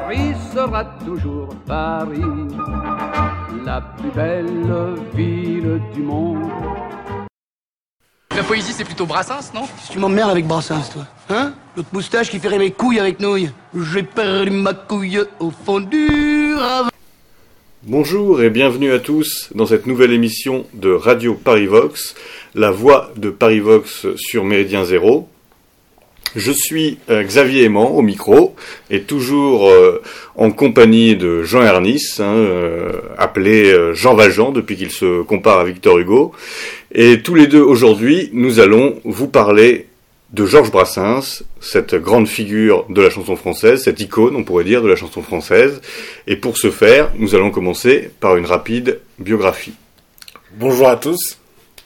Paris sera toujours Paris, la plus belle ville du monde. La poésie, c'est plutôt Brassens, non? Tu m'emmerdes avec Brassens, toi. Hein? L'autre moustache qui ferait mes couilles avec nouilles. J'ai perdu ma couille au fond du ravin. Bonjour et bienvenue à tous dans cette nouvelle émission de Radio Parivox, la voix de Parivox sur Méridien Zéro. Je suis Xavier Aimant au micro et toujours en compagnie de Jean Hernis, appelé Jean Valjean depuis qu'il se compare à Victor Hugo. Et tous les deux aujourd'hui, nous allons vous parler de Georges Brassens, cette grande figure de la chanson française, cette icône, on pourrait dire, de la chanson française. Et pour ce faire, nous allons commencer par une rapide biographie. Bonjour à tous.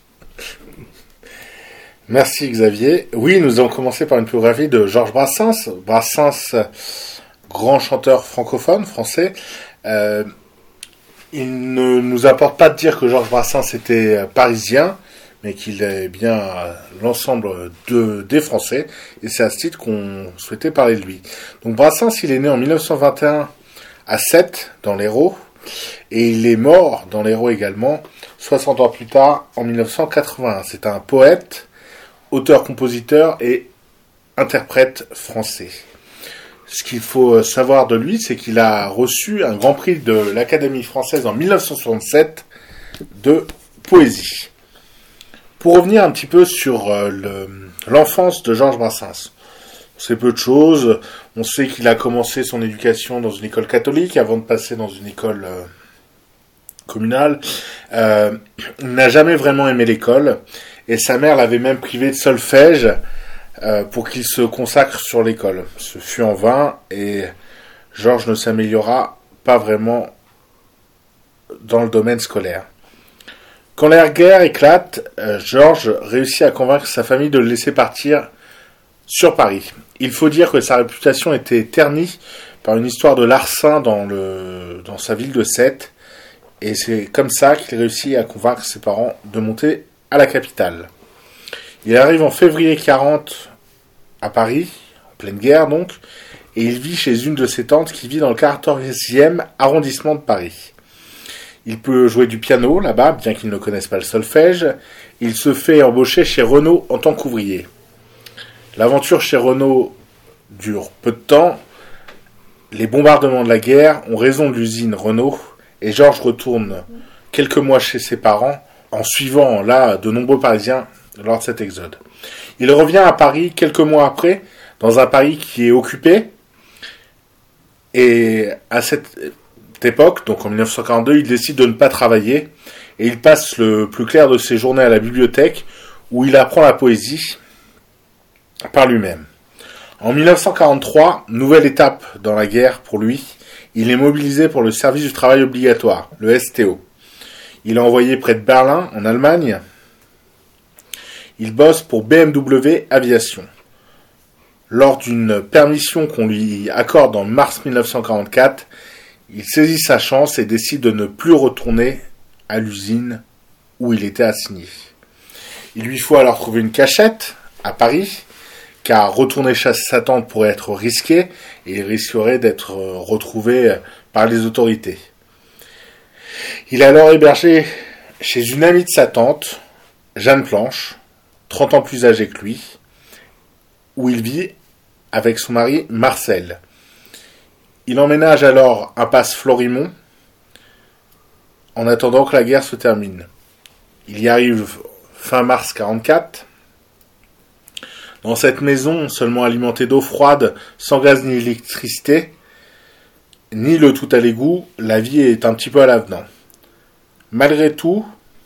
Merci Xavier. Oui, nous allons commencer par une biographie de Georges Brassens. Brassens, grand chanteur francophone, français. Il ne nous importe pas de dire que Georges Brassens était parisien, mais qu'il est bien l'ensemble des Français. Et c'est à ce titre qu'on souhaitait parler de lui. Donc Brassens, il est né en 1921 à Sète, dans l'Hérault. Et il est mort dans l'Hérault également, 60 ans plus tard, en 1981. C'est un poète, auteur-compositeur et interprète français. Ce qu'il faut savoir de lui, c'est qu'il a reçu un grand prix de l'Académie française en 1967 de poésie. Pour revenir un petit peu sur l'enfance de Georges Brassens, on sait peu de choses. On sait qu'il a commencé son éducation dans une école catholique avant de passer dans une école communale. Il n'a jamais vraiment aimé l'école. Et sa mère l'avait même privé de solfège pour qu'il se consacre sur l'école. Ce fut en vain et Georges ne s'améliora pas vraiment dans le domaine scolaire. Quand la guerre éclate, Georges réussit à convaincre sa famille de le laisser partir sur Paris. Il faut dire que sa réputation était ternie par une histoire de larcin dans sa ville de Sète. Et c'est comme ça qu'il réussit à convaincre ses parents de monter à la capitale. Il arrive en février 40 à Paris, en pleine guerre donc, et il vit chez une de ses tantes qui vit dans le 14e arrondissement de Paris. Il peut jouer du piano là-bas, bien qu'il ne connaisse pas le solfège. Il se fait embaucher chez Renault en tant qu'ouvrier. L'aventure chez Renault dure peu de temps. Les bombardements de la guerre ont raison de l'usine Renault, et Georges retourne quelques mois chez ses parents, en suivant là de nombreux Parisiens lors de cet exode. Il revient à Paris quelques mois après, dans un Paris qui est occupé, et à cette époque, donc en 1942, il décide de ne pas travailler, et il passe le plus clair de ses journées à la bibliothèque, où il apprend la poésie par lui-même. En 1943, nouvelle étape dans la guerre pour lui, il est mobilisé pour le service du travail obligatoire, le STO. Il est envoyé près de Berlin, en Allemagne. Il bosse pour BMW Aviation. Lors d'une permission qu'on lui accorde en mars 1944, il saisit sa chance et décide de ne plus retourner à l'usine où il était assigné. Il lui faut alors trouver une cachette à Paris, car retourner chez sa tante pourrait être risqué et il risquerait d'être retrouvé par les autorités. Il est alors hébergé chez une amie de sa tante, Jeanne Planche, 30 ans plus âgée que lui, où il vit avec son mari Marcel. Il emménage alors impasse Florimond, en attendant que la guerre se termine. Il y arrive fin mars 1944. Dans cette maison, seulement alimentée d'eau froide, sans gaz ni électricité, ni le tout à l'égout, la vie est un petit peu à l'avenant. Malgré tout,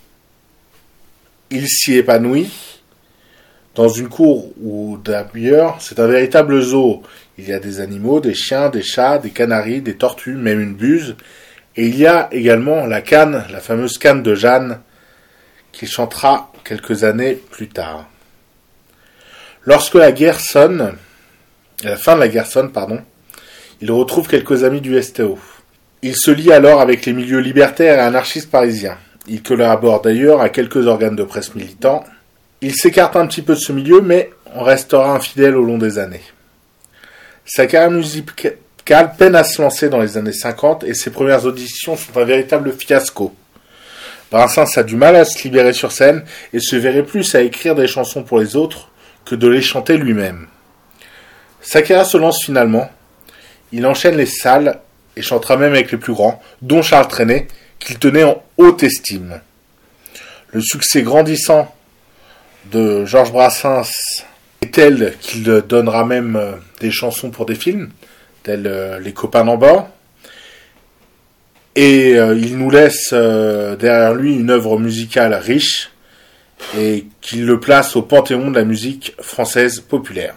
il s'y épanouit dans une cour où, d'ailleurs, c'est un véritable zoo. Il y a des animaux, des chiens, des chats, des canaris, des tortues, même une buse. Et il y a également la canne, la fameuse canne de Jeanne, qu'il chantera quelques années plus tard. Lorsque la guerre sonne, à la fin de la guerre sonne, il retrouve quelques amis du STO. Il se lie alors avec les milieux libertaires et anarchistes parisiens. Il collabore d'ailleurs à quelques organes de presse militants. Il s'écarte un petit peu de ce milieu, mais on restera infidèle au long des années. Sa carrière Calle peine à se lancer dans les années 50 et ses premières auditions sont un véritable fiasco. Brassens a du mal à se libérer sur scène et se verrait plus à écrire des chansons pour les autres que de les chanter lui-même. Sa carrière se lance finalement. Il enchaîne les salles et chantera même avec les plus grands, dont Charles Trenet, qu'il tenait en haute estime. Le succès grandissant de Georges Brassens est tel qu'il donnera même des chansons pour des films, tels Les Copains d'en bas. Et il nous laisse derrière lui une œuvre musicale riche et qui le place au panthéon de la musique française populaire.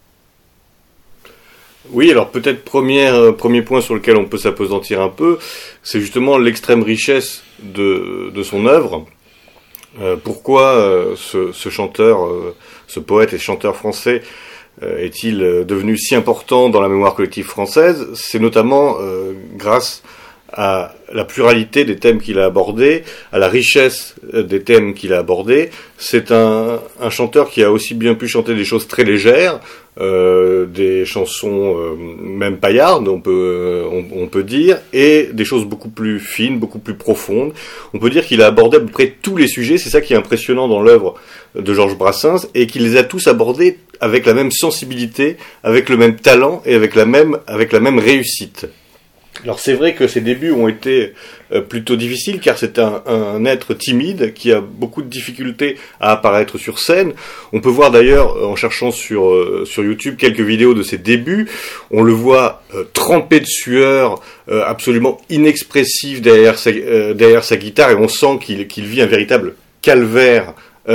Oui, alors peut-être premier point sur lequel on peut s'appesantir un peu, c'est justement l'extrême richesse de son œuvre. Pourquoi ce chanteur, ce poète et chanteur français est-il devenu si important dans la mémoire collective française? C'est notamment grâce à la pluralité des thèmes qu'il a abordés, à la richesse des thèmes qu'il a abordés. C'est un chanteur qui a aussi bien pu chanter des choses très légères, des chansons même paillardes, on peut dire, et des choses beaucoup plus fines, beaucoup plus profondes. On peut dire qu'il a abordé à peu près tous les sujets, c'est ça qui est impressionnant dans l'œuvre de Georges Brassens, et qu'il les a tous abordés avec la même sensibilité, avec le même talent et avec la même réussite. Alors c'est vrai que ses débuts ont été plutôt difficiles car c'est un être timide qui a beaucoup de difficultés à apparaître sur scène. On peut voir d'ailleurs en cherchant sur YouTube quelques vidéos de ses débuts, on le voit trempé de sueur, absolument inexpressif derrière sa guitare et on sent qu'il vit un véritable calvaire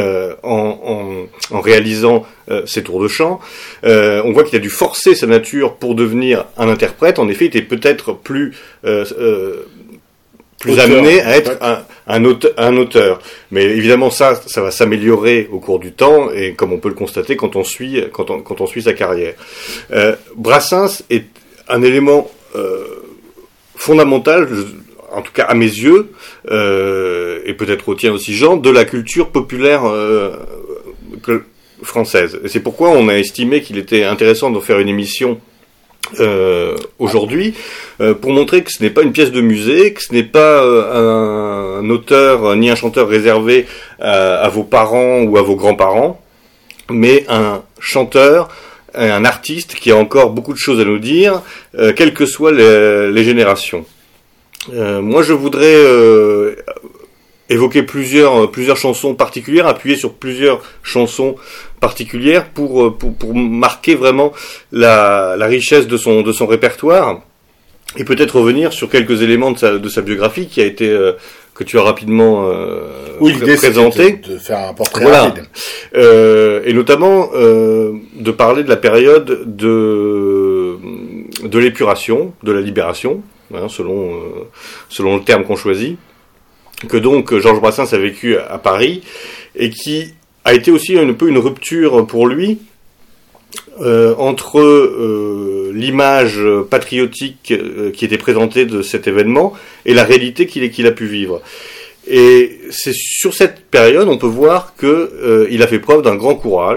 en réalisant ses tours de chant. On voit qu'il a dû forcer sa nature pour devenir un interprète. En effet, il était peut-être plus amené à être un auteur. Mais évidemment, ça va s'améliorer au cours du temps, et comme on peut le constater quand on suit sa carrière. Brassens est un élément fondamental, en tout cas à mes yeux, et peut-être au tien aussi Jean, de la culture populaire française. Et c'est pourquoi on a estimé qu'il était intéressant de faire une émission aujourd'hui, pour montrer que ce n'est pas une pièce de musée, que ce n'est pas un auteur ni un chanteur réservé à vos parents ou à vos grands-parents, mais un chanteur, un artiste qui a encore beaucoup de choses à nous dire, quelles que soient les générations. Moi, je voudrais évoquer plusieurs chansons particulières, appuyer sur plusieurs chansons particulières pour marquer vraiment la richesse de son répertoire, et peut-être revenir sur quelques éléments de sa biographie qui a été que tu as rapidement présenté. De faire un portrait rapide. Et notamment de parler de la période de l'épuration, de la libération, selon le terme qu'on choisit, que donc Georges Brassens a vécu à Paris, et qui a été aussi un peu une rupture pour lui entre l'image patriotique qui était présentée de cet événement et la réalité qu'il a pu vivre. Et c'est sur cette période, on peut voir que il a fait preuve d'un grand courage,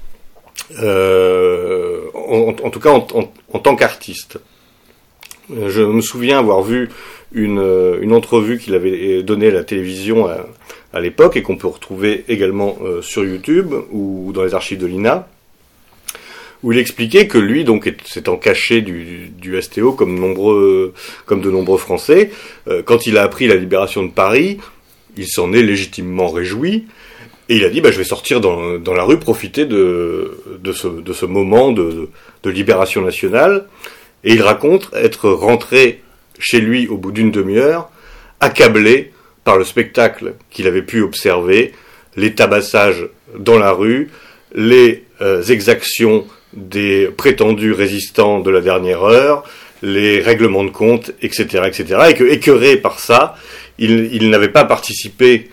en tout cas en tant qu'artiste. Je me souviens avoir vu une entrevue qu'il avait donnée à la télévision à l'époque, et qu'on peut retrouver également sur YouTube ou dans les archives de l'INA, où il expliquait que lui, donc, s'étant caché du STO comme de nombreux Français, quand il a appris la libération de Paris, il s'en est légitimement réjoui, et il a dit je vais sortir dans la rue, profiter de ce moment de libération nationale. Et il raconte être rentré chez lui au bout d'une demi-heure, accablé par le spectacle qu'il avait pu observer, les tabassages dans la rue, les exactions des prétendus résistants de la dernière heure, les règlements de compte, etc., etc., et que, écœuré par ça, il n'avait pas participé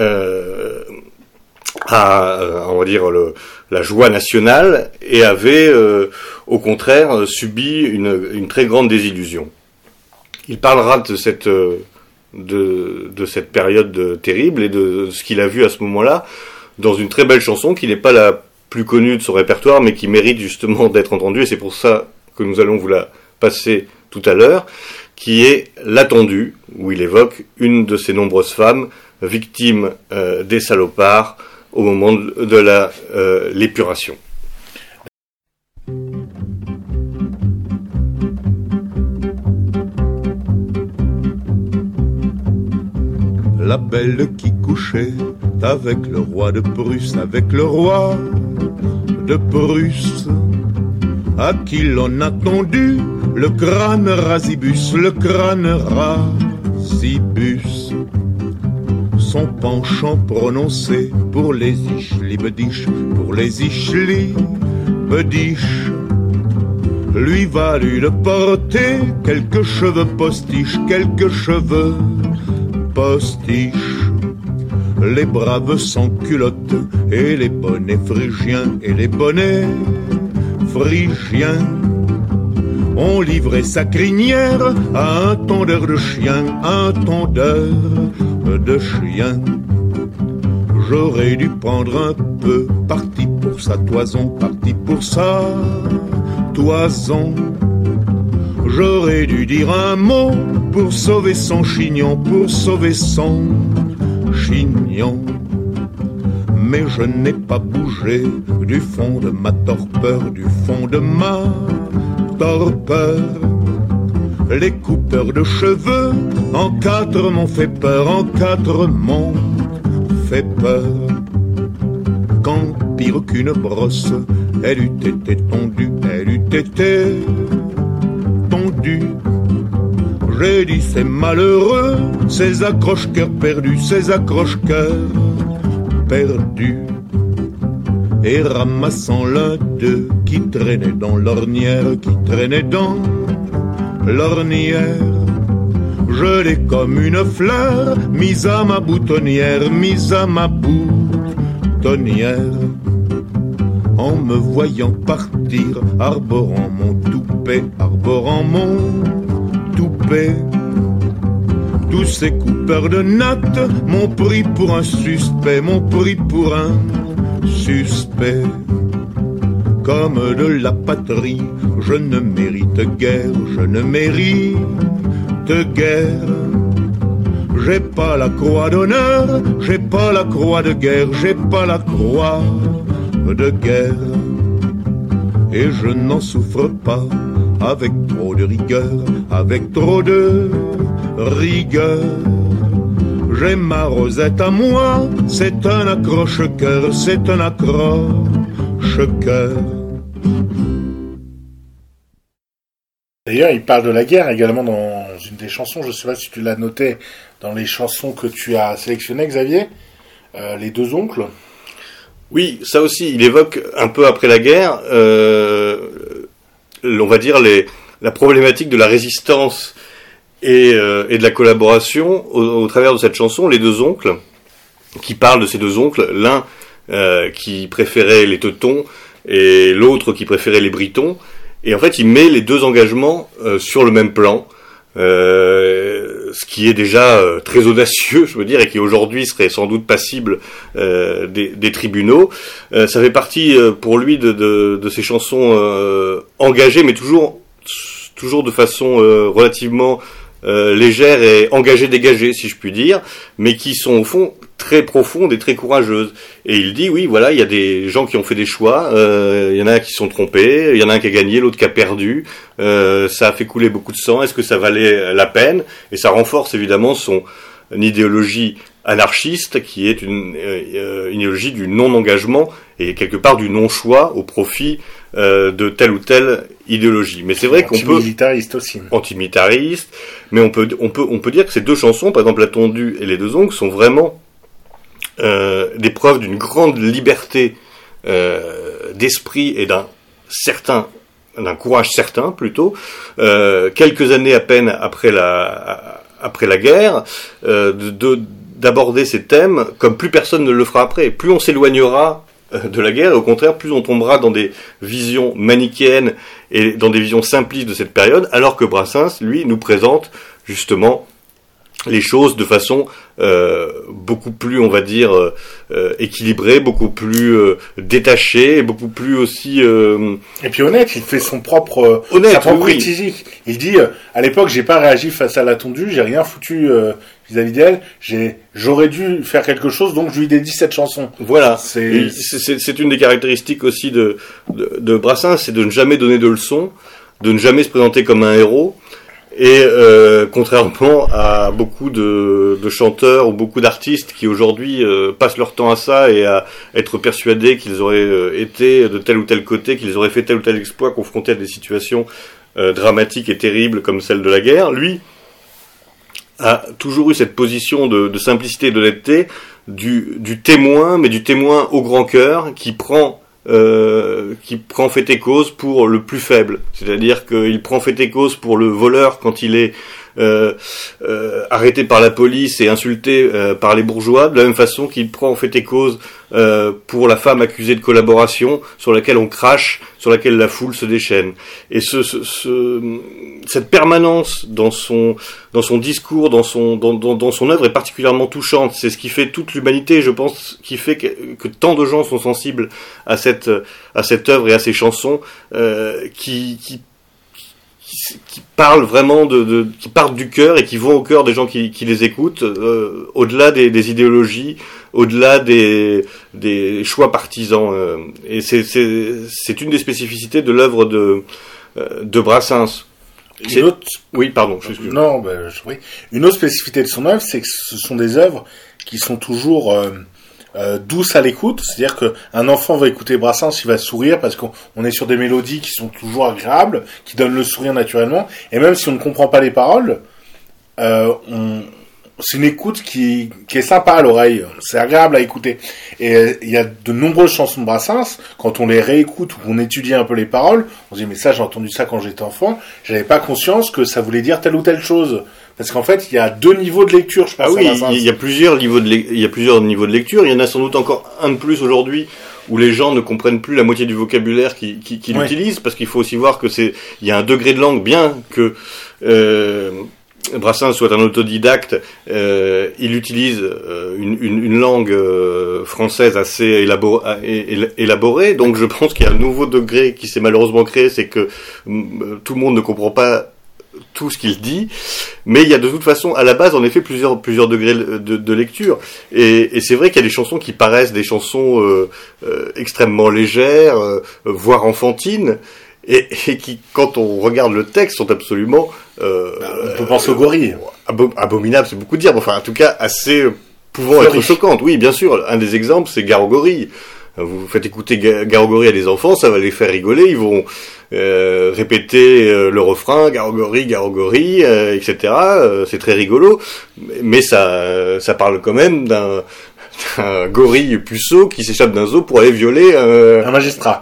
à, on va dire, la joie nationale, et avait au contraire subi une très grande désillusion. Il parlera de cette période terrible et de ce qu'il a vu à ce moment-là dans une très belle chanson qui n'est pas la plus connue de son répertoire, mais qui mérite justement d'être entendue, et c'est pour ça que nous allons vous la passé tout à l'heure, qui est La Tondue, où il évoque une de ces nombreuses femmes victimes des salopards au moment de l'épuration. La belle qui couchait avec le roi de Prusse, avec le roi de Prusse, à qui l'on a tondu le crâne rasibus, le crâne rasibus. Son penchant prononcé pour les ischli-bediches, pour les ischli-bediches, lui valut de porter quelques cheveux postiches, quelques cheveux postiches. Les braves sans culottes et les bonnets phrygiens et les bonnets phrygiens ont livré sa crinière à un tondeur de chien, un tondeur de chien. J'aurais dû prendre un peu parti pour sa toison, parti pour sa toison. J'aurais dû dire un mot pour sauver son chignon, pour sauver son chignon. Mais je n'ai pas bougé du fond de ma torpeur, du fond de ma torpeur. Les coupeurs de cheveux en quatre m'ont fait peur, en quatre m'ont fait peur. Quand pire qu'une brosse, elle eût été tondue, elle eût été tondue. J'ai dit c'est malheureux, ces accroche-cœurs perdus, ces accroche-cœurs perdus. Et ramassant l'un d'eux qui traînait dans l'ornière, qui traînait dans l'ornière, je l'ai comme une fleur mise à ma boutonnière, mise à ma boutonnière. En me voyant partir, arborant mon toupet, arborant mon toupet, tous ces coupeurs de nattes m'ont pris pour un suspect, m'ont pris pour un suspect. Comme de la patrie, je ne mérite guère, je ne mérite guère. J'ai pas la croix d'honneur, j'ai pas la croix de guerre, j'ai pas la croix de guerre. Et je n'en souffre pas avec trop de rigueur, avec trop de rigueur. J'ai ma Rosette à moi, c'est un accroche-cœur, c'est un accroche-cœur. D'ailleurs, il parle de la guerre également dans une des chansons. Je ne sais pas si tu l'as noté dans les chansons que tu as sélectionnées, Xavier. Les deux oncles. Oui, ça aussi, il évoque un peu après la guerre, on va dire la problématique de la résistance et de la collaboration au travers de cette chanson, Les deux oncles, qui parle de ces deux oncles, l'un qui préférait les teutons et l'autre qui préférait les britons. Et en fait, il met les deux engagements sur le même plan, ce qui est déjà très audacieux, je veux dire, et qui aujourd'hui serait sans doute passible des tribunaux. Ça fait partie pour lui de ces chansons engagées, mais toujours de façon relativement légère et engagée, dégagée, si je puis dire, mais qui sont au fond très profondes et très courageuses. Et il dit, oui, voilà, il y a des gens qui ont fait des choix, il y en a qui se sont trompés, il y en a un qui a gagné, l'autre qui a perdu, ça a fait couler beaucoup de sang, est-ce que ça valait la peine? Et ça renforce évidemment son idéologie anarchiste, qui est une idéologie du non-engagement et quelque part du non-choix au profit de telle ou telle idéologie. Mais c'est vrai qu'on peut antimilitariste aussi. Antimilitariste, mais on peut dire que ces deux chansons, par exemple La Tondue et Les deux oncles, sont vraiment des preuves d'une grande liberté d'esprit et d'un courage certain plutôt. Quelques années à peine après la guerre, d'aborder ces thèmes comme plus personne ne le fera après. Plus on s'éloignera de la guerre, et au contraire, plus on tombera dans des visions manichéennes et dans des visions simplistes de cette période, alors que Brassens, lui, nous présente justement les choses de façon beaucoup plus, on va dire, équilibrée, beaucoup plus détachée, et beaucoup plus aussi... Et puis honnête, il fait sa propre critique. Il dit, à l'époque, j'ai pas réagi face à la tondue, j'ai rien foutu vis-à-vis d'elle, j'aurais dû faire quelque chose, donc je lui dédie cette chanson. Voilà, c'est une des caractéristiques aussi de Brassens, c'est de ne jamais donner de leçons, de ne jamais se présenter comme un héros. Et contrairement à beaucoup de chanteurs ou beaucoup d'artistes qui aujourd'hui passent leur temps à ça et à être persuadés qu'ils auraient été de tel ou tel côté, qu'ils auraient fait tel ou tel exploit confrontés à des situations dramatiques et terribles comme celle de la guerre, lui a toujours eu cette position de simplicité et d'honnêteté du témoin, mais du témoin au grand cœur qui prend fait et cause pour le plus faible. C'est-à-dire qu'il prend fait et cause pour le voleur quand il est arrêté par la police et insulté par les bourgeois, de la même façon qu'il prend fait et cause pour la femme accusée de collaboration sur laquelle on crache, sur laquelle la foule se déchaîne. Et cette permanence dans son discours, dans son œuvre est particulièrement touchante. C'est ce qui fait toute l'humanité, je pense, qui fait que tant de gens sont sensibles à cette œuvre et à ces chansons qui parlent vraiment qui partent du cœur et qui vont au cœur des gens qui les écoutent, au-delà des idéologies, au-delà des choix partisans. Et c'est une des spécificités de l'œuvre de Brassens. Oui, pardon. Non, oui. Une autre spécificité de son œuvre, c'est que ce sont des œuvres qui sont toujours douces à l'écoute. C'est-à-dire qu'un enfant va écouter Brassens, il va sourire parce qu'on est sur des mélodies qui sont toujours agréables, qui donnent le sourire naturellement. Et même si on ne comprend pas les paroles, c'est une écoute qui est sympa à l'oreille. C'est agréable à écouter. Et il y a de nombreuses chansons de Brassens, quand on les réécoute ou qu'on étudie un peu les paroles, on se dit mais ça j'ai entendu ça quand j'étais enfant, j'avais pas conscience que ça voulait dire telle ou telle chose. Parce qu'en fait, il y a deux niveaux de lecture, je pense. Ah oui, il y a plusieurs niveaux de lecture. Il y en a sans doute encore un de plus aujourd'hui où les gens ne comprennent plus la moitié du vocabulaire qu'ils utilisent, parce qu'il faut aussi voir que il y a un degré de langue, bien que Brassens soit un autodidacte, il utilise une langue française assez élaborée, donc je pense qu'il y a un nouveau degré qui s'est malheureusement créé, c'est que tout le monde ne comprend pas tout ce qu'il dit, mais il y a de toute façon à la base en effet plusieurs degrés de lecture, et c'est vrai qu'il y a des chansons qui paraissent des chansons extrêmement légères, voire enfantines, et qui, quand on regarde le texte, sont absolument on peut penser aux gorilles. Abominables, c'est beaucoup de dire, mais enfin en tout cas assez pouvant être choquantes. Oui, bien sûr, un des exemples c'est Gare aux gorilles. Vous faites écouter Gare aux gorilles à des enfants, ça va les faire rigoler, ils vont répéter le refrain, Gare aux gorilles, etc. C'est très rigolo, mais ça parle quand même d'un gorille puceau qui s'échappe d'un zoo pour aller violer un magistrat.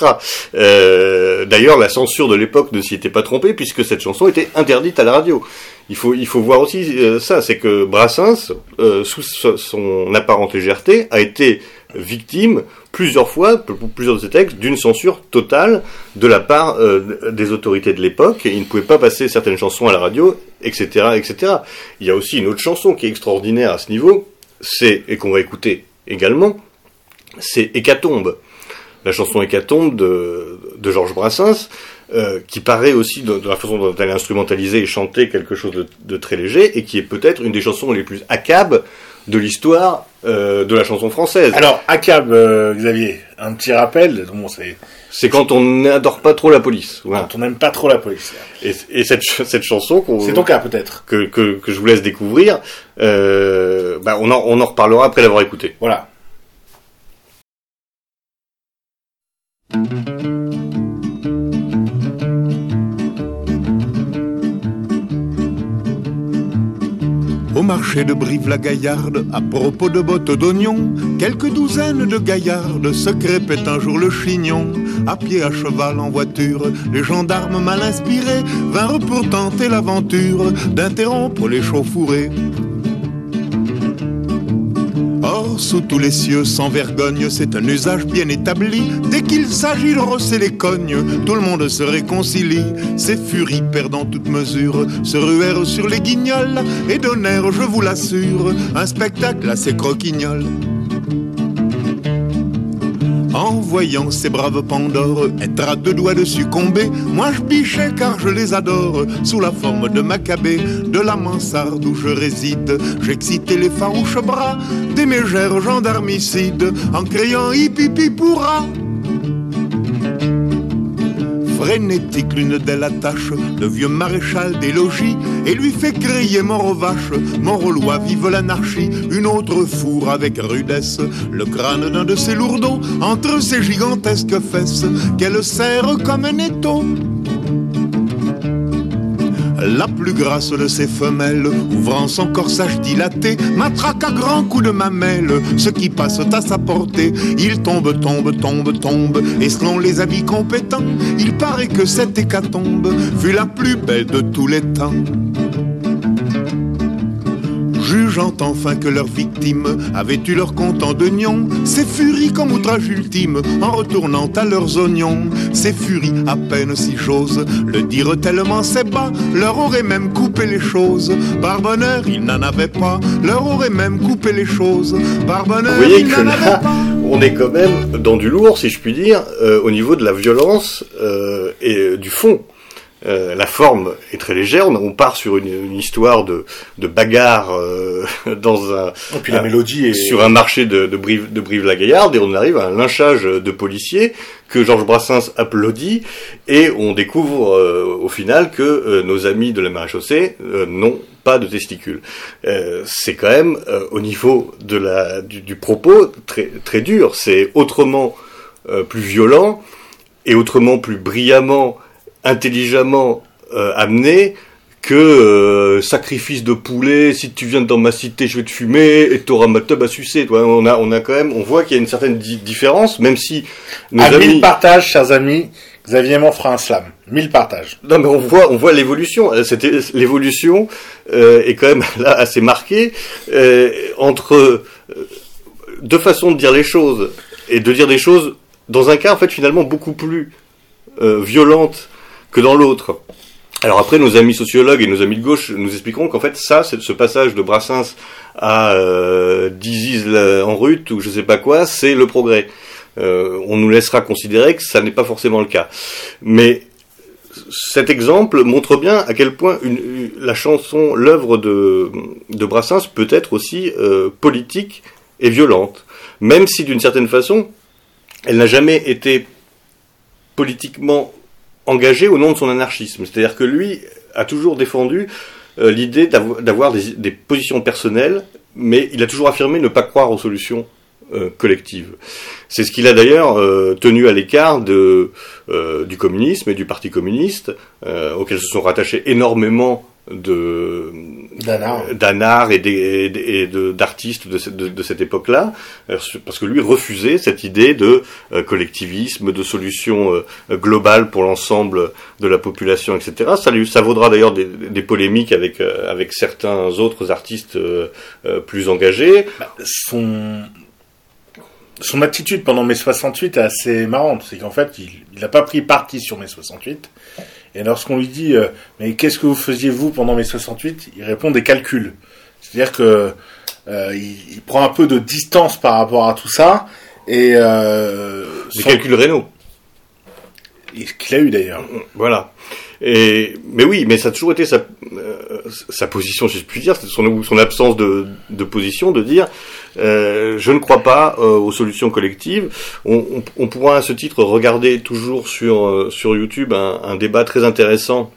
D'ailleurs, la censure de l'époque ne s'y était pas trompée, puisque cette chanson était interdite à la radio. Il faut voir aussi ça, c'est que Brassens, sous son apparente légèreté, a été victime plusieurs fois, pour plusieurs de ses textes, d'une censure totale de la part des autorités de l'époque. Il ne pouvait pas passer certaines chansons à la radio, etc., etc. Il y a aussi une autre chanson qui est extraordinaire à ce niveau, et qu'on va écouter également, c'est Hécatombe. La chanson Hécatombe de Georges Brassens, qui paraît aussi, de la façon dont elle est instrumentalisée et chantée, quelque chose de très léger, et qui est peut-être une des chansons les plus accabes de l'histoire de la chanson française. Alors, accab, Xavier, un petit rappel, c'est quand on n'adore pas trop la police. Voilà. Quand on n'aime pas trop la police. Et cette chanson c'est ton cas peut-être. Que je vous laisse découvrir, on en reparlera après l'avoir écouté. Voilà. Au marché de Brive-la-Gaillarde, à propos de bottes d'oignons, quelques douzaines de gaillardes se crêpaient un jour le chignon. À pied, à cheval, en voiture, les gendarmes mal inspirés vinrent pour tenter l'aventure d'interrompre les chauffourées. Or, sous tous les cieux, sans vergogne, c'est un usage bien établi. Dès qu'il s'agit de rosser les cognes, tout le monde se réconcilie. Ces furies perdant toute mesure se ruèrent sur les guignols et donnèrent, je vous l'assure, un spectacle assez croquignol. En voyant ces braves Pandores être à deux doigts de succomber, moi je bichais car je les adore. Sous la forme de Maccabée, de la mansarde où je réside, j'excitais les farouches bras des mégères gendarmicides en criant hip hip hip hurrah. Frénétique, l'une d'elles attache le vieux maréchal des logis et lui fait crier mort aux vaches, mort aux lois, vive l'anarchie. Une autre fourre avec rudesse le crâne d'un de ses lourdeaux entre ses gigantesques fesses qu'elle serre comme un étau. La plus grasse de ses femelles, ouvrant son corsage dilaté, matraque à grands coups de mamelle ce qui passe à sa portée. Il tombe, tombe, tombe, tombe, et selon les habits compétents, il paraît que cette hécatombe fut la plus belle de tous les temps. Jugeant enfin que leurs victimes avaient eu leur compte en denions, ces furies comme outrage ultime, en retournant à leurs oignons. Ces furies, à peine si j'ose le dire tellement c'est bas, leur auraient même coupé les choses. Par bonheur, ils n'en avaient pas, leur auraient même coupé les choses. Par bonheur, ils n'en avaient pas. On est quand même dans du lourd, si je puis dire, au niveau de la violence et du fond. La forme est très légère. On part sur une histoire de bagarre dans un. Et puis la mélodie est sur un marché de Brive-la-Gaillarde, et on arrive à un lynchage de policiers que Georges Brassens applaudit, et on découvre au final que nos amis de la maréchaussée n'ont pas de testicules. C'est quand même au niveau de du propos très très dur. C'est autrement plus violent et autrement plus brillamment, intelligemment amené que sacrifice de poulet, si tu viens dans ma cité je vais te fumer et t'auras ma teub à sucer. On a quand même, on voit qu'il y a une certaine différence, même si nos à amis... 1000 partages, chers amis, Xavier Aimant fera un slam. 1000 partages. Non, mais on voit l'évolution. L'évolution est quand même là assez marquée entre deux façons de dire les choses, et de dire des choses dans un cas en fait finalement beaucoup plus violente que dans l'autre. Alors après, nos amis sociologues et nos amis de gauche nous expliqueront qu'en fait ça, c'est ce passage de Brassens à Diziz en rut ou je sais pas quoi, c'est le progrès. On nous laissera considérer que ça n'est pas forcément le cas. Mais cet exemple montre bien à quel point la chanson, l'œuvre de Brassens peut être aussi politique et violente, même si d'une certaine façon, elle n'a jamais été politiquement engagé au nom de son anarchisme. C'est-à-dire que lui a toujours défendu l'idée d'avoir des positions personnelles, mais il a toujours affirmé ne pas croire aux solutions collectives. C'est ce qu'il a d'ailleurs tenu à l'écart du communisme et du Parti communiste, auquel se sont rattachés énormément d'anards et d'artistes de cette époque-là, parce que lui refusait cette idée de collectivisme, de solution globale pour l'ensemble de la population, etc. Ça vaudra d'ailleurs des polémiques avec certains autres artistes plus engagés. Son attitude pendant mai 68 est assez marrante, c'est qu'en fait il n'a pas pris parti sur mai 68. Et lorsqu'on lui dit mais qu'est-ce que vous faisiez vous pendant mai 68, il répond des calculs. C'est-à-dire que il prend un peu de distance par rapport à tout ça et des calculs rénaux. Qu'il a eu d'ailleurs. Voilà. Mais oui, mais ça a toujours été sa position, si je puis dire, c'est son absence de position, de dire je ne crois pas aux solutions collectives. On pourra à ce titre regarder toujours sur YouTube un débat très intéressant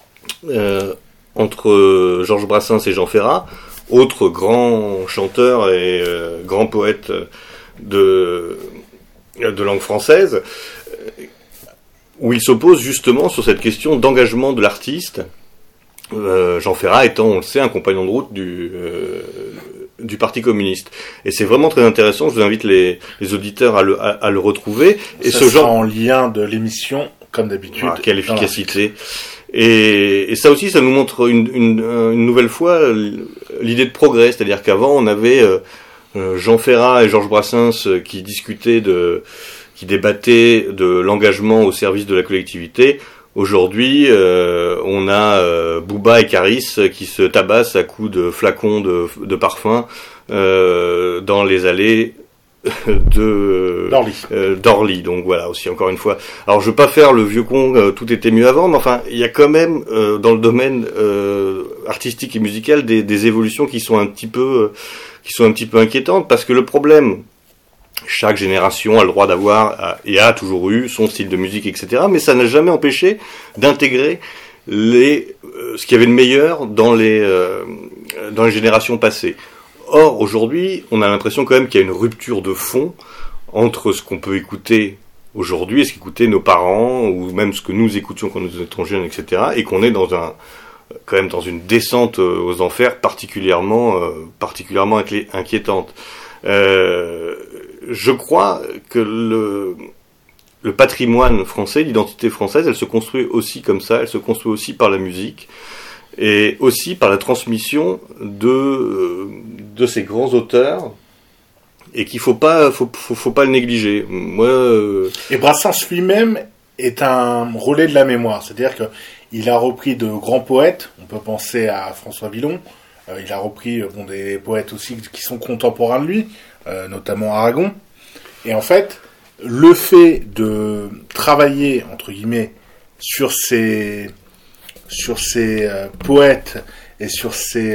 entre Georges Brassens et Jean Ferrat, autre grand chanteur et grand poète de langue française, où il s'oppose justement sur cette question d'engagement de l'artiste, Jean Ferrat étant, on le sait, un compagnon de route du Parti communiste. Et c'est vraiment très intéressant, je vous invite les auditeurs à le retrouver. Et ça ce sera genre en lien de l'émission, comme d'habitude. Ah, quelle efficacité. Et ça aussi, ça nous montre une nouvelle fois l'idée de progrès, c'est-à-dire qu'avant on avait Jean Ferrat et Georges Brassens qui débattaient de l'engagement au service de la collectivité. Aujourd'hui, on a Booba et Caris qui se tabassent à coups de flacons de parfum dans les allées d'Orly. Donc voilà, aussi encore une fois. Alors je veux pas faire le vieux con, tout était mieux avant, mais enfin il y a quand même dans le domaine artistique et musical des évolutions qui sont un petit peu inquiétantes, parce que le problème, chaque génération a le droit d'avoir et a toujours eu son style de musique, etc. Mais ça n'a jamais empêché d'intégrer ce qu'il y avait de meilleur dans les générations passées. Or, aujourd'hui, on a l'impression quand même qu'il y a une rupture de fond entre ce qu'on peut écouter aujourd'hui et ce qu'écoutaient nos parents, ou même ce que nous écoutions quand nous étions jeunes, etc. Et qu'on est quand même dans une descente aux enfers particulièrement inquiétante. Je crois que le patrimoine français, l'identité française, elle se construit aussi comme ça, elle se construit aussi par la musique, et aussi par la transmission de ces grands auteurs, et qu'il faut pas le négliger. Et Brassens lui-même est un relais de la mémoire, c'est-à-dire que il a repris de grands poètes, on peut penser à François Villon, il a repris des poètes aussi qui sont contemporains de lui, notamment Aragon. Et en fait, le fait de travailler, entre guillemets, sur ces poètes et sur ces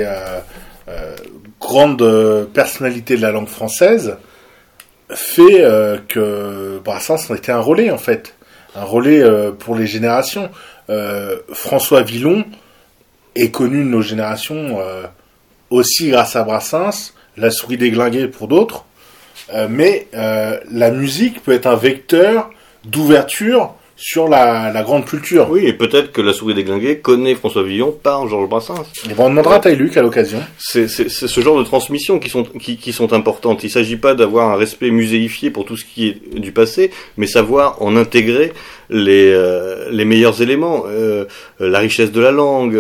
grandes personnalités de la langue française fait que Brassens était un relais, en fait. Un relais pour les générations. François Villon est connu de nos générations aussi grâce à Brassens, La Souris déglinguée pour d'autres, mais la musique peut être un vecteur d'ouverture sur la grande culture. Oui, et peut-être que La Souris déglinguée connaît François Villon par Georges Brassens. Et on demandera à Taïluc à l'occasion. C'est ce genre de transmission qui sont importantes. Il ne s'agit pas d'avoir un respect muséifié pour tout ce qui est du passé, mais savoir en intégrer les meilleurs éléments, la richesse de la langue,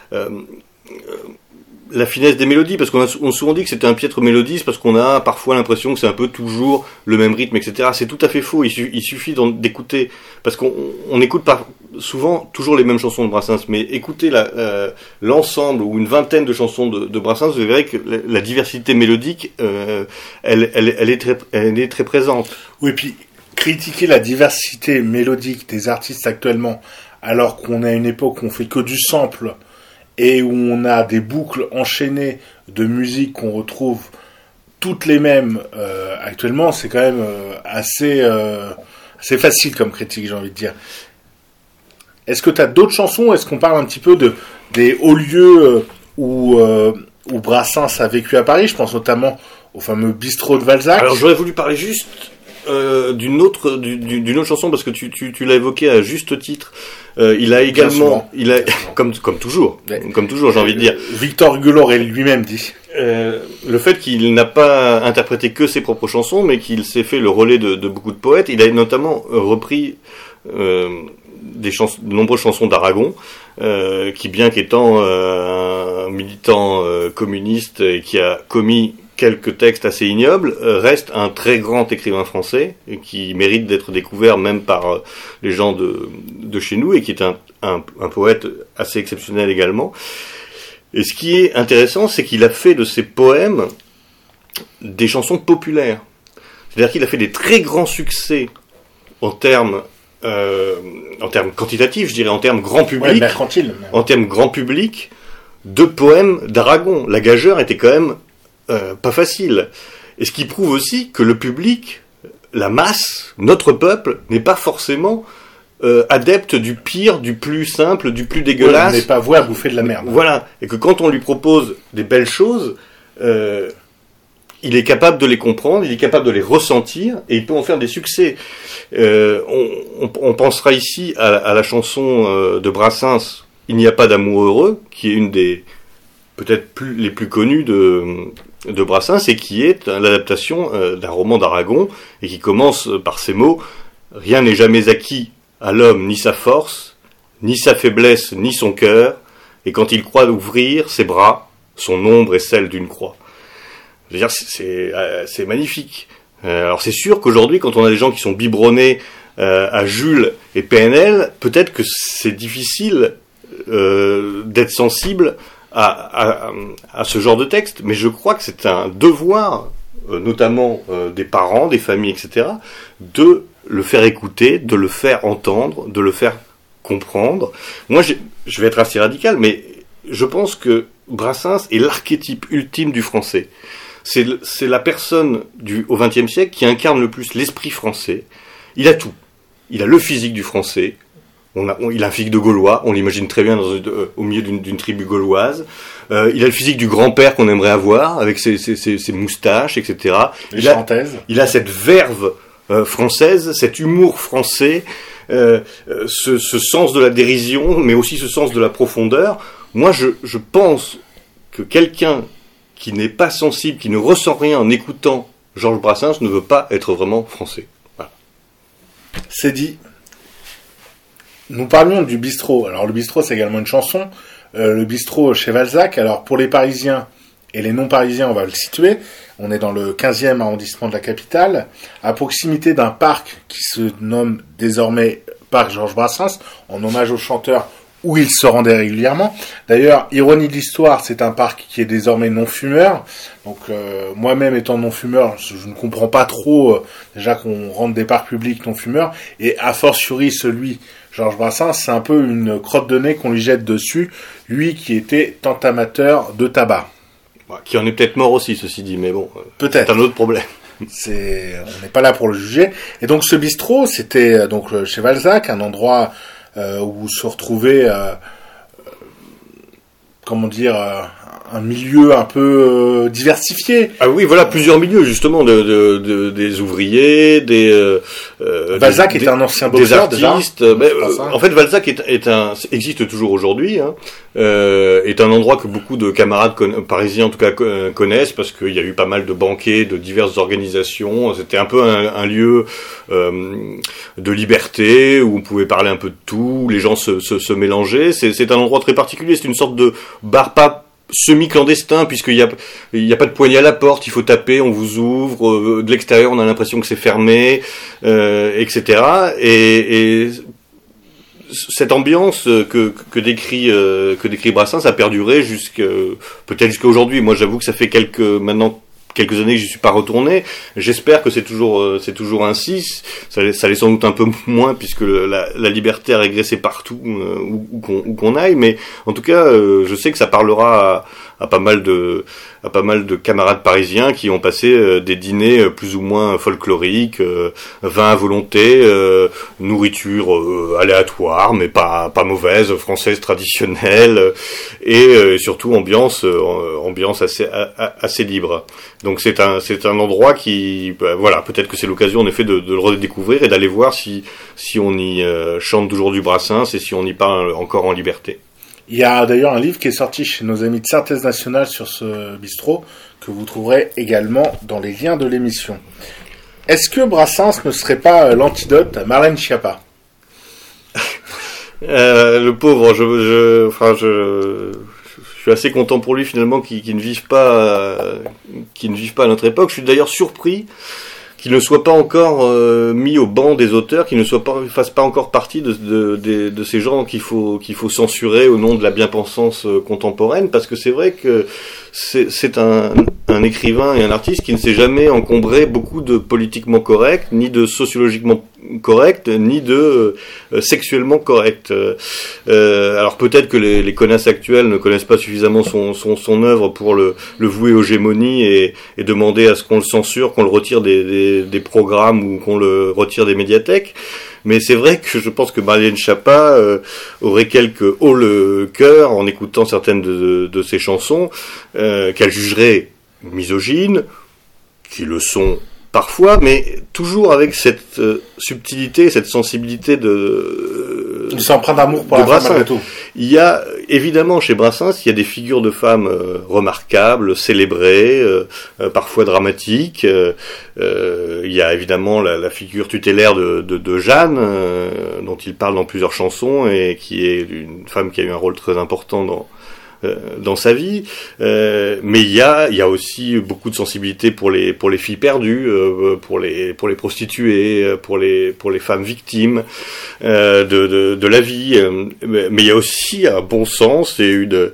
la finesse des mélodies, parce qu'on a souvent dit que c'était un piètre mélodiste, parce qu'on a parfois l'impression que c'est un peu toujours le même rythme, etc. C'est tout à fait faux. Il suffit d'écouter, parce qu'on écoute pas souvent toujours les mêmes chansons de Brassens, mais écoutez l'ensemble ou une vingtaine de chansons de Brassens, vous verrez que la diversité mélodique, elle est très présente. Oui, et puis critiquer la diversité mélodique des artistes actuellement, alors qu'on est à une époque où on fait que du sample, et où on a des boucles enchaînées de musique qu'on retrouve toutes les mêmes actuellement, c'est quand même assez facile comme critique, j'ai envie de dire. Est-ce que tu as d'autres chansons ? Est-ce qu'on parle un petit peu des hauts lieux où Brassens a vécu à Paris ? Je pense notamment au fameux bistrot de Valzac. Alors j'aurais voulu parler juste d'une autre chanson, parce que tu l'as évoqué à juste titre. Il a également, comme toujours, j'ai envie de dire. Victor Hugo l'aurait lui-même dit. Le fait qu'il n'a pas interprété que ses propres chansons, mais qu'il s'est fait le relais de beaucoup de poètes. Il a notamment repris de nombreuses chansons d'Aragon, qui, bien qu'étant un militant communiste et qui a commis quelques textes assez ignobles, reste un très grand écrivain français qui mérite d'être découvert même par les gens de chez nous, et qui est un poète assez exceptionnel également. Et ce qui est intéressant, c'est qu'il a fait de ses poèmes des chansons populaires. C'est-à-dire qu'il a fait des très grands succès en termes quantitatifs, je dirais, en termes grand public, mercantile. En termes grand public, de poèmes d'Aragon. La Gageure était quand même pas facile. Et ce qui prouve aussi que le public, la masse, notre peuple, n'est pas forcément adepte du pire, du plus simple, du plus dégueulasse. On n'est pas voué à bouffer de la merde. Voilà. Et que quand on lui propose des belles choses, il est capable de les comprendre, il est capable de les ressentir, et il peut en faire des succès. On pensera ici à la chanson de Brassens, Il n'y a pas d'amour heureux, qui est une des peut-être les plus connues de Brassens, et qui est l'adaptation d'un roman d'Aragon, et qui commence par ces mots: « Rien n'est jamais acquis à l'homme, ni sa force, ni sa faiblesse, ni son cœur, et quand il croit ouvrir ses bras, son ombre est celle d'une croix. » Je veux dire, c'est magnifique. Alors c'est sûr qu'aujourd'hui, quand on a des gens qui sont biberonnés à Jules et PNL, peut-être que c'est difficile d'être sensible à ce genre de texte, mais je crois que c'est un devoir, notamment des parents, des familles, etc., de le faire écouter, de le faire entendre, de le faire comprendre. Moi, je vais être assez radical, mais je pense que Brassens est l'archétype ultime du français. C'est la personne au XXe siècle qui incarne le plus l'esprit français. Il a tout. Il a le physique du français. Il a un physique de Gaulois. On l'imagine très bien au milieu d'une tribu gauloise. Il a le physique du grand-père qu'on aimerait avoir, avec ses moustaches, etc. Il a cette verve française, cet humour français, ce sens de la dérision, mais aussi ce sens de la profondeur. Moi, je pense que quelqu'un qui n'est pas sensible, qui ne ressent rien en écoutant Georges Brassens, ne veut pas être vraiment français. Voilà. C'est dit. Nous parlions du bistrot. Alors le bistrot, c'est également une chanson. Le bistrot chez Balzac. Alors pour les Parisiens et les non-Parisiens, on va le situer. On est dans le 15e arrondissement de la capitale, à proximité d'un parc qui se nomme désormais Parc Georges Brassens, en hommage au chanteur, où il se rendait régulièrement. D'ailleurs, ironie de l'histoire, c'est un parc qui est désormais non-fumeur. Donc moi-même étant non-fumeur, je ne comprends pas trop déjà qu'on rende des parcs publics non-fumeurs. Et a fortiori celui, Georges Brassens, c'est un peu une crotte de nez qu'on lui jette dessus, lui qui était tant amateur de tabac. Qui en est peut-être mort aussi, ceci dit, mais bon, peut-être. C'est un autre problème. On n'est pas là pour le juger. Et donc ce bistrot, c'était donc chez Balzac, un endroit où se retrouvait, un milieu un peu diversifié. Ah oui, voilà, plusieurs milieux, justement, des ouvriers, Balzac est un ancien boxeur, des artistes. En fait, Balzac existe toujours aujourd'hui, hein, est un endroit que beaucoup de camarades parisiens, en tout cas, connaissent, parce qu'il y a eu pas mal de banquets, de diverses organisations. C'était un peu un lieu de liberté, où on pouvait parler un peu de tout, où les gens se mélangeaient. C'est un endroit très particulier, c'est une sorte de bar pas semi-clandestin, puisqu'il y a pas de poignée à la porte, il faut taper, on vous ouvre, de l'extérieur on a l'impression que c'est fermé, etc. Et cette ambiance que décrit Brassens a perduré peut-être jusqu'à aujourd'hui. Moi j'avoue que ça fait quelques années que j'y suis pas retourné. J'espère que c'est toujours ainsi. Ça l'est sans doute un peu moins, puisque la liberté a régressé partout où qu'on aille, mais en tout cas je sais que ça parlera à pas mal de camarades parisiens qui ont passé des dîners plus ou moins folkloriques, vin à volonté, nourriture aléatoire mais pas mauvaise, française traditionnelle, et surtout ambiance assez libre. Donc c'est un endroit qui, voilà, peut-être que c'est l'occasion en effet de le redécouvrir et d'aller voir si on y chante toujours du Brassens et si on y parle encore en liberté. Il y a d'ailleurs un livre qui est sorti chez nos amis de Synthèse Nationale sur ce bistrot, que vous trouverez également dans les liens de l'émission. Est-ce que Brassens ne serait pas l'antidote à Marlène Schiappa ? Le pauvre, je suis assez content pour lui finalement qu'il ne vive pas à notre époque. Je suis d'ailleurs surpris qu'il ne soit pas encore mis au banc des auteurs, qu'il ne fasse pas encore partie de ces gens qu'il faut censurer au nom de la bien-pensance contemporaine, parce que c'est vrai que c'est un écrivain et un artiste qui ne s'est jamais encombré beaucoup de politiquement correct, ni de sociologiquement correct, ni de sexuellement correct. Alors peut-être que les connasses actuelles ne connaissent pas suffisamment son œuvre pour le vouer aux gémonies et demander à ce qu'on le censure, qu'on le retire des programmes ou qu'on le retire des médiathèques. Mais c'est vrai que je pense que Marlène Schiappa aurait quelques hauts le cœur en écoutant certaines de ses chansons, qu'elle jugerait misogynes, qui le sont parfois, mais toujours avec cette subtilité, cette sensibilité de s'empreint d'amour pour la femme malgré tout. Il y a évidemment chez Brassens, il y a des figures de femmes remarquables, célébrées, parfois dramatiques. Il y a évidemment la figure tutélaire de Jeanne, dont il parle dans plusieurs chansons, et qui est une femme qui a eu un rôle très important dans sa vie, mais il y a aussi beaucoup de sensibilité pour les filles perdues, pour les prostituées, pour les femmes victimes de la vie, mais il y a aussi un bon sens et une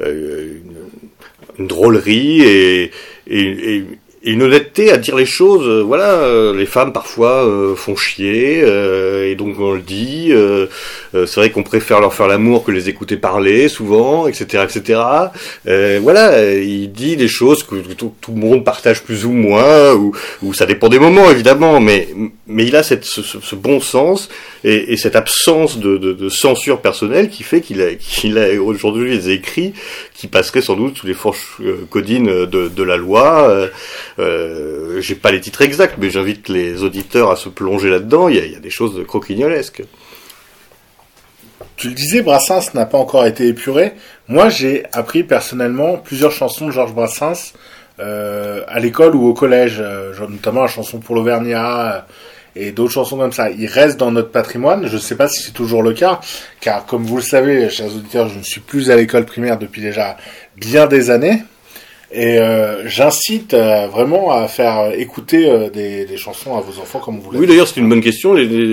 drôlerie et une honnêteté à dire les choses. Voilà, les femmes parfois font chier, et donc on le dit. C'est vrai qu'on préfère leur faire l'amour que les écouter parler, souvent, etc., etc. Voilà, il dit des choses que tout le monde partage plus ou moins, ou ça dépend des moments évidemment, mais il a ce bon sens et cette absence de censure personnelle qui fait qu'il a aujourd'hui des écrits qui passeraient sans doute sous les fourches codines de la loi. J'ai pas les titres exacts, mais j'invite les auditeurs à se plonger là-dedans. Il y a des choses croquignolesques. Tu le disais, Brassens n'a pas encore été épuré. Moi, j'ai appris personnellement plusieurs chansons de Georges Brassens à l'école ou au collège, notamment la chanson pour l'Auvergnat et d'autres chansons comme ça. Il reste dans notre patrimoine. Je ne sais pas si c'est toujours le cas, car comme vous le savez, chers auditeurs, je ne suis plus à l'école primaire depuis déjà bien des années. Et j'incite vraiment à faire écouter des chansons à vos enfants comme vous l'avez. Oui, d'ailleurs, c'est une bonne question.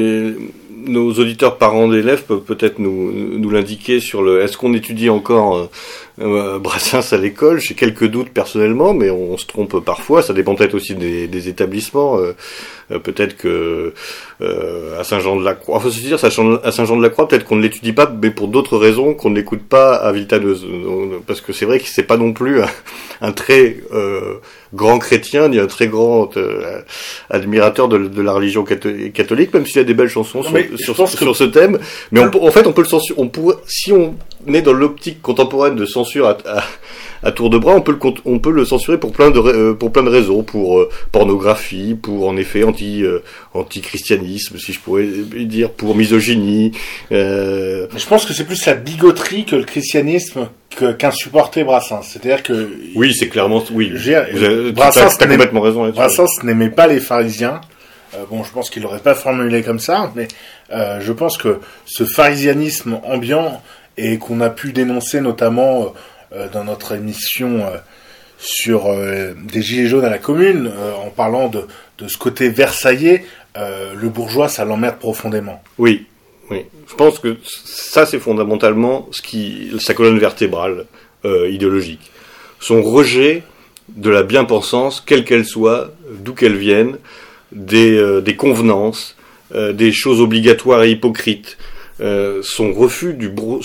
Nos auditeurs parents d'élèves peuvent peut-être nous l'indiquer sur est-ce qu'on étudie encore Brassens à l'école. J'ai quelques doutes personnellement, mais on se trompe parfois. Ça dépend peut-être aussi des établissements. Peut-être que à Saint-Jean-de-la-Croix, enfin, c'est dire à Saint-Jean-de-la-Croix, peut-être qu'on ne l'étudie pas, mais pour d'autres raisons, qu'on ne l'écoute pas à Villetaneuse. Parce que c'est vrai que c'est pas non plus un très grand chrétien, ni un très grand admirateur de la religion catholique, même s'il y a des belles chansons sur ce thème. Mais en fait, on peut le censurer. Si on est dans l'optique contemporaine de censure à tour de bras, on peut le censurer pour plein de raisons, pour pornographie, pour en effet anti-christianisme, si je pourrais dire, pour misogynie. Je pense que c'est plus la bigoterie que le christianisme qu'insupportait Brassens. C'est-à-dire que oui, c'est clairement oui. Brassens t'as complètement raison là-dessus. Brassens n'aimait pas les pharisiens. Je pense qu'il l'aurait pas formulé comme ça, mais je pense que ce pharisianisme ambiant et qu'on a pu dénoncer notamment dans notre émission sur des gilets jaunes à la Commune, en parlant de ce côté versaillais, le bourgeois, ça l'emmerde profondément. Oui. Je pense que ça, c'est fondamentalement sa colonne vertébrale idéologique. Son rejet de la bien-pensance, quelle qu'elle soit, d'où qu'elle vienne, des convenances, des choses obligatoires et hypocrites, son refus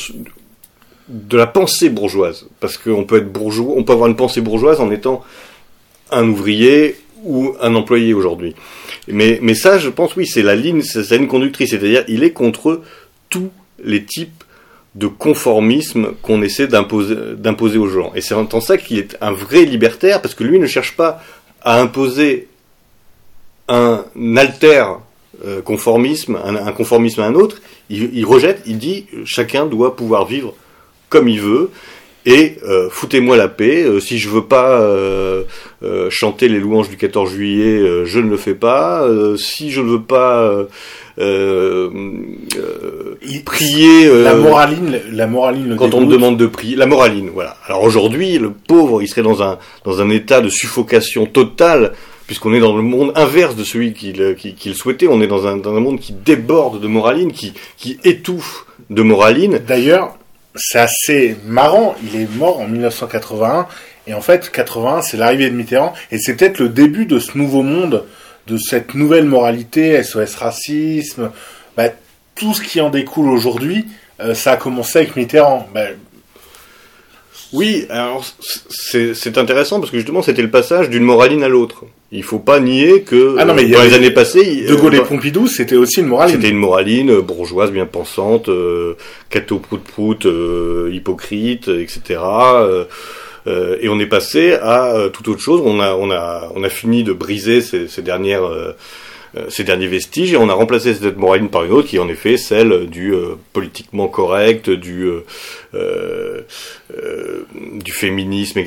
de la pensée bourgeoise, parce qu'on peut être bourgeois, on peut avoir une pensée bourgeoise en étant un ouvrier ou un employé aujourd'hui. Mais ça, je pense, oui, c'est la ligne conductrice, c'est-à-dire il est contre tous les types de conformisme qu'on essaie d'imposer aux gens. Et c'est en ça qu'il est un vrai libertaire, parce que lui ne cherche pas à imposer un alter conformisme, un conformisme à un autre. Il rejette, il dit chacun doit pouvoir vivre comme il veut, et foutez-moi la paix, si je veux pas chanter les louanges du 14 juillet, je ne le fais pas, si je ne veux pas prier... la moraline quand on me demande de prier, la moraline, voilà. Alors aujourd'hui, le pauvre, il serait dans un état de suffocation totale, puisqu'on est dans le monde inverse de celui qu'il souhaitait. On est dans un monde qui déborde de moraline, qui étouffe de moraline. D'ailleurs, c'est assez marrant, il est mort en 1981, et en fait, 81, c'est l'arrivée de Mitterrand, et c'est peut-être le début de ce nouveau monde, de cette nouvelle moralité, SOS racisme, tout ce qui en découle aujourd'hui, ça a commencé avec Mitterrand. Oui, alors c'est intéressant parce que justement c'était le passage d'une moraline à l'autre. Il faut pas nier que dans les années passées, De Gaulle et Pompidou, c'était aussi une moraline. C'était une moraline bourgeoise, bien pensante, catho prout hypocrite, etc. Et on est passé à toute autre chose. On a fini de briser ces derniers vestiges, et on a remplacé cette moraline par une autre qui est en effet celle du politiquement correct, du féminisme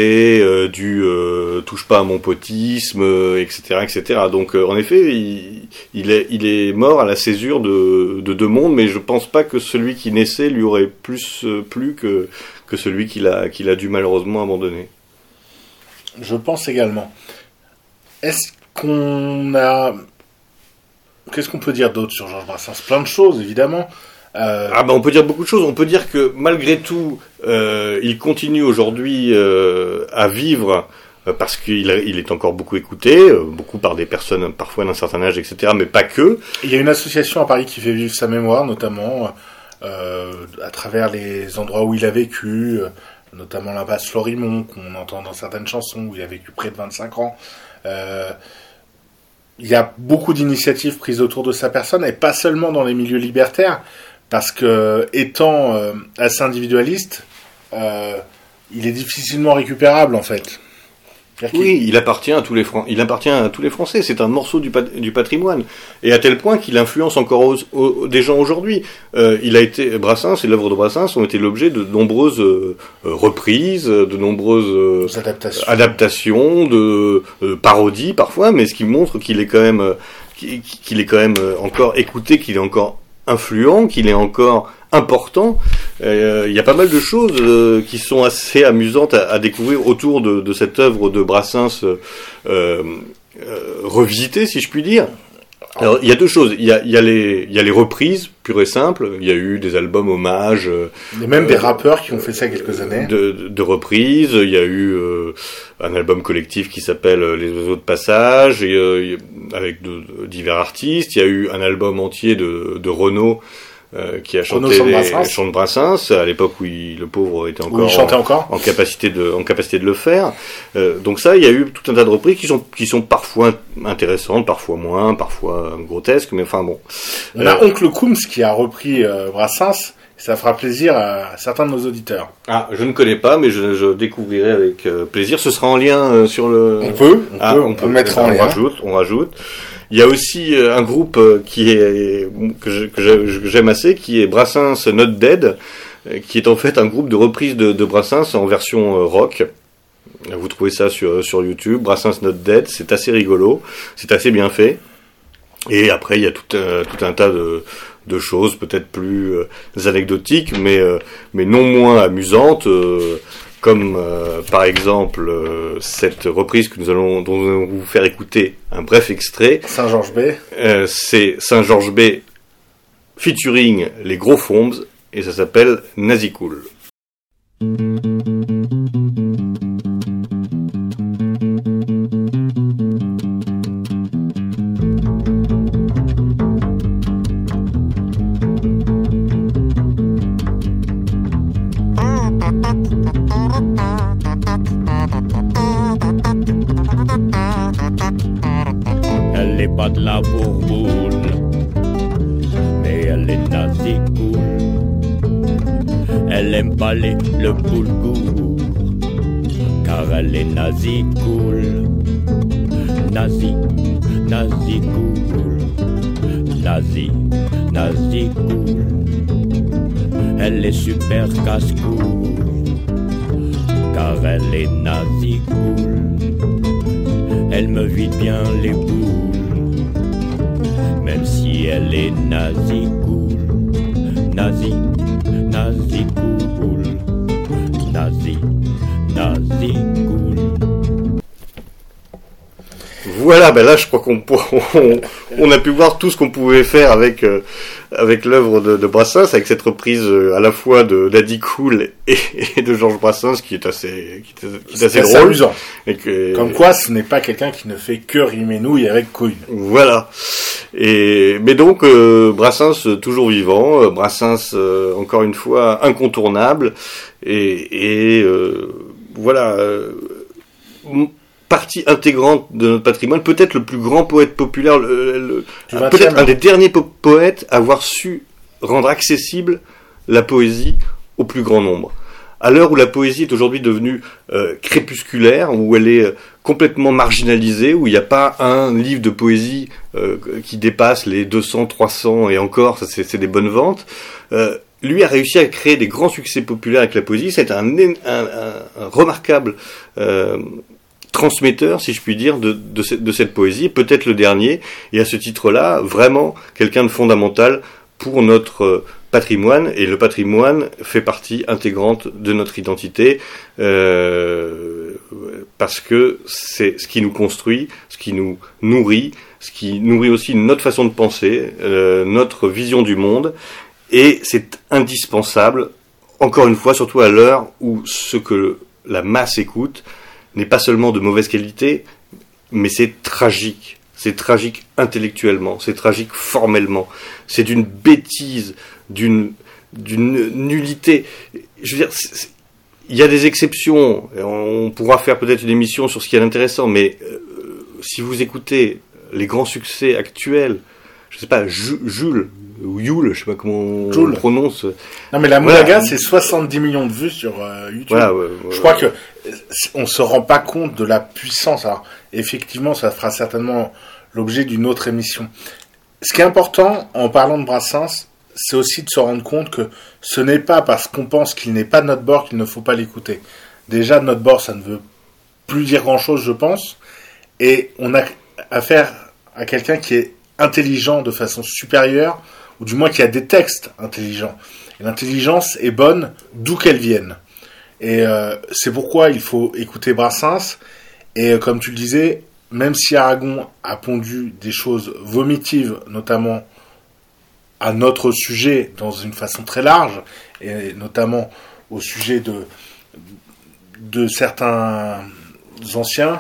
exacerbé, du touche pas à mon potisme, etc., etc. Donc en effet, il est mort à la césure de deux mondes, mais je pense pas que celui qui naissait lui aurait plus plu que celui qu'il a dû malheureusement abandonner. Je pense également. Qu'est-ce qu'on peut dire d'autre sur Georges Brassens? Plein de choses, évidemment. On peut dire beaucoup de choses. On peut dire que malgré tout, il continue aujourd'hui à vivre parce qu'il est encore beaucoup écouté, beaucoup par des personnes parfois d'un certain âge, etc., mais pas que. Il y a une association à Paris qui fait vivre sa mémoire, notamment à travers les endroits où il a vécu, notamment l'impasse Florimont, qu'on entend dans certaines chansons, où il a vécu près de 25 ans. Il y a beaucoup d'initiatives prises autour de sa personne, et pas seulement dans les milieux libertaires, parce que, étant assez individualiste, il est difficilement récupérable, en fait. Oui, il appartient à tous les Français. C'est un morceau du patrimoine, et à tel point qu'il influence encore des gens aujourd'hui. Brassens et l'œuvre de Brassens ont été l'objet de nombreuses reprises, de nombreuses adaptations, de parodies parfois, mais ce qui montre qu'il est quand même encore écouté, qu'il est encore influent, qu'il est encore important. Il y a pas mal de choses qui sont assez amusantes à découvrir autour de cette œuvre de Brassens revisitée, si je puis dire. Alors, il y a deux choses. Il y a les reprises pures et simples. Il y a eu des albums hommages. Et même des rappeurs qui ont fait ça il y a quelques années. De reprises. Il y a eu un album collectif qui s'appelle Les Oiseaux de Passage, et avec divers artistes. Il y a eu un album entier de Renaud, qui a chanté les chants de Brassens à l'époque où le pauvre était encore en capacité de le faire. Donc ça, il y a eu tout un tas de reprises qui sont parfois intéressantes, parfois moins, parfois grotesques, mais enfin bon. On a Oncle Coombs qui a repris Brassens. Ça fera plaisir à certains de nos auditeurs. Ah, je ne connais pas, mais je découvrirai avec plaisir. Ce sera en lien sur le... On peut mettre en lien. On rajoute. Il y a aussi un groupe que j'aime assez, qui est Brassens Not Dead, qui est en fait un groupe de reprises de Brassens en version rock. Vous trouvez ça sur YouTube, Brassens Not Dead, c'est assez rigolo, c'est assez bien fait. Et après, il y a tout un tas de choses peut-être plus anecdotiques, mais non moins amusantes, comme par exemple cette reprise dont nous allons vous faire écouter un bref extrait. Saint-Georges B. C'est Saint-Georges B featuring les Gros Fombes, et ça s'appelle Nazi Cool. Elle est pas de la bourboule, mais elle est nazi cool. Elle aime pas le boulgour, car elle est nazi cool. Nazi cool. Nazi cool. Elle est super casse-cool, car elle est nazi cool. Elle me vide bien les boules, même si elle est nazi cool. Nazi cool. Nazi cool. Voilà, ben là je crois qu'on a pu voir tout ce qu'on pouvait faire avec l'œuvre de Brassens, avec cette reprise à la fois de Daddy Cool et de Georges Brassens, qui est assez drôle. Amusant. Comme quoi, ce n'est pas quelqu'un qui ne fait que rimer nouilles avec couilles. Voilà. Mais donc Brassens toujours vivant, Brassens encore une fois incontournable, et voilà. Partie intégrante de notre patrimoine, peut-être le plus grand poète populaire, peut-être un des derniers poètes à avoir su rendre accessible la poésie au plus grand nombre. À l'heure où la poésie est aujourd'hui devenue crépusculaire, où elle est complètement marginalisée, où il n'y a pas un livre de poésie qui dépasse les 200, 300, et encore, ça c'est des bonnes ventes, lui a réussi à créer des grands succès populaires avec la poésie. C'est un remarquable transmetteur, si je puis dire, de cette poésie, peut-être le dernier, et à ce titre-là, vraiment quelqu'un de fondamental pour notre patrimoine, et le patrimoine fait partie intégrante de notre identité, parce que c'est ce qui nous construit, ce qui nous nourrit, ce qui nourrit aussi notre façon de penser, notre vision du monde, et c'est indispensable, encore une fois, surtout à l'heure où ce que la masse écoute n'est pas seulement de mauvaise qualité, mais c'est tragique. C'est tragique intellectuellement, c'est tragique formellement, c'est d'une bêtise, d'une nullité. Je veux dire, il y a des exceptions, on pourra faire peut-être une émission sur ce qui est intéressant, mais si vous écoutez les grands succès actuels, je sais pas, Jules, ou Yule, je sais pas comment on prononce. Non mais la Moulaga, c'est 70 millions de vues sur YouTube. Voilà, je crois que on se rend pas compte de la puissance. Alors, effectivement, ça fera certainement l'objet d'une autre émission. Ce qui est important, en parlant de Brassens, c'est aussi de se rendre compte que ce n'est pas parce qu'on pense qu'il n'est pas de notre bord qu'il ne faut pas l'écouter. Déjà, de notre bord, ça ne veut plus dire grand-chose, je pense. Et on a affaire à quelqu'un qui est intelligent de façon supérieure, ou du moins qui a des textes intelligents. Et l'intelligence est bonne d'où qu'elle vienne. Et c'est pourquoi il faut écouter Brassens. Et comme tu le disais, même si Aragon a pondu des choses vomitives, notamment à notre sujet dans une façon très large, et notamment au sujet de certains anciens,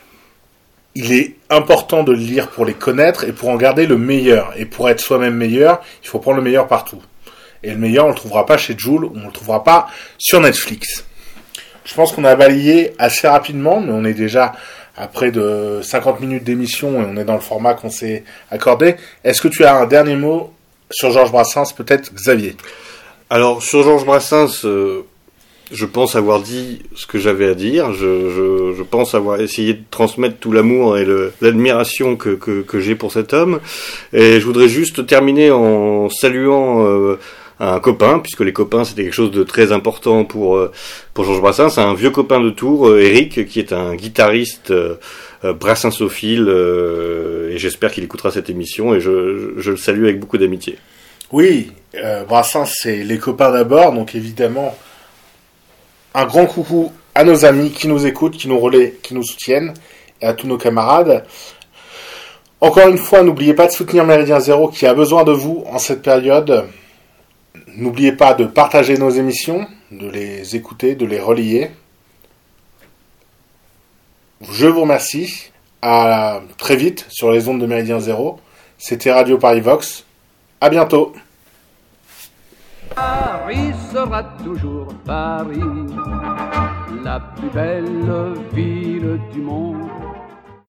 il est important de le lire pour les connaître et pour en garder le meilleur. Et pour être soi-même meilleur, il faut prendre le meilleur partout. Et le meilleur, on ne le trouvera pas chez Jules, on ne le trouvera pas sur Netflix. Je pense qu'on a balayé assez rapidement, mais on est déjà à près de 50 minutes d'émission et on est dans le format qu'on s'est accordé. Est-ce que tu as un dernier mot sur Georges Brassens, peut-être, Xavier? Alors, sur Georges Brassens, je pense avoir dit ce que j'avais à dire. Je pense avoir essayé de transmettre tout l'amour et l'admiration que j'ai pour cet homme. Et je voudrais juste terminer en saluant un copain, puisque les copains c'était quelque chose de très important pour Georges Brassens, un vieux copain de Tours, Eric, qui est un guitariste brassensophile, et j'espère qu'il écoutera cette émission, et je le salue avec beaucoup d'amitié. Oui, Brassens c'est les copains d'abord, donc évidemment un grand coucou à nos amis qui nous écoutent, qui nous relaient, qui nous soutiennent, et à tous nos camarades. Encore une fois, n'oubliez pas de soutenir Méridien Zéro qui a besoin de vous en cette période. N'oubliez pas de partager nos émissions, de les écouter, de les relayer. Je vous remercie. À très vite sur les ondes de Méridien Zéro. C'était Radio Paris Vox. À bientôt. Paris sera toujours Paris, la plus belle ville du monde.